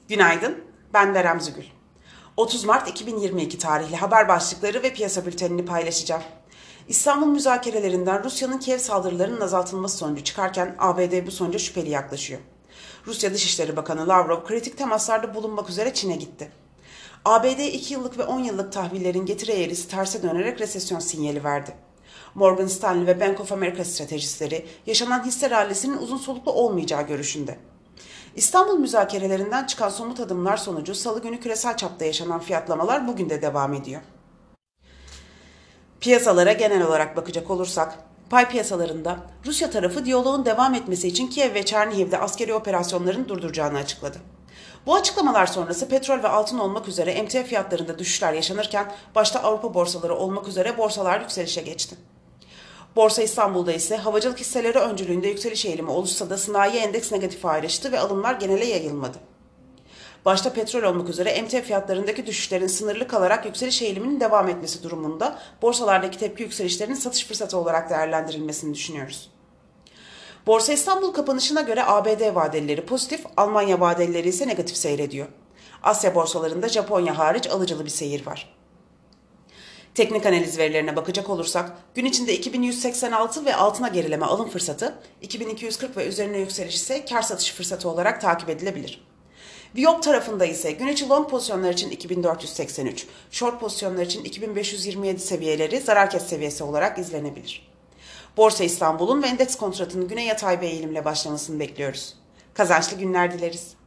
Günaydın, ben Berem Zügül. 30 Mart 2022 tarihli haber başlıkları ve piyasa bültenini paylaşacağım. İstanbul müzakerelerinden Rusya'nın Kiev saldırılarının azaltılması sonucu çıkarken ABD bu sonuca şüpheli yaklaşıyor. Rusya Dışişleri Bakanı Lavrov kritik temaslarda bulunmak üzere Çin'e gitti. ABD 2 yıllık ve 10 yıllık tahvillerin getiri eğrisi terse dönerek resesyon sinyali verdi. Morgan Stanley ve Bank of America stratejistleri yaşanan hisse rallisinin uzun soluklu olmayacağı görüşünde. İstanbul müzakerelerinden çıkan somut adımlar sonucu Salı günü küresel çapta yaşanan fiyatlamalar bugün de devam ediyor. Piyasalara genel olarak bakacak olursak, pay piyasalarında Rusya tarafı diyaloğun devam etmesi için Kiev ve Çernihiv'de askeri operasyonların durduracağını açıkladı. Bu açıklamalar sonrası petrol ve altın olmak üzere emtia fiyatlarında düşüşler yaşanırken başta Avrupa borsaları olmak üzere borsalar yükselişe geçti. Borsa İstanbul'da ise havacılık hisseleri öncülüğünde yükseliş eğilimi oluşsa da sanayi endeks negatife ayrıştı ve alımlar genele yayılmadı. Başta petrol olmak üzere emtia fiyatlarındaki düşüşlerin sınırlı kalarak yükseliş eğiliminin devam etmesi durumunda borsalardaki tepki yükselişlerinin satış fırsatı olarak değerlendirilmesini düşünüyoruz. Borsa İstanbul kapanışına göre ABD vadelileri pozitif, Almanya vadelileri ise negatif seyrediyor. Asya borsalarında Japonya hariç alıcılı bir seyir var. Teknik analiz verilerine bakacak olursak, gün içinde 2186 ve altına gerileme alım fırsatı, 2240 ve üzerine yükseliş ise kar satış fırsatı olarak takip edilebilir. Viyop tarafında ise gün içi long pozisyonlar için 2483, short pozisyonlar için 2527 seviyeleri zarar kes seviyesi olarak izlenebilir. Borsa İstanbul'un ve endeks kontratının güne yatay bir eğilimle başlamasını bekliyoruz. Kazançlı günler dileriz.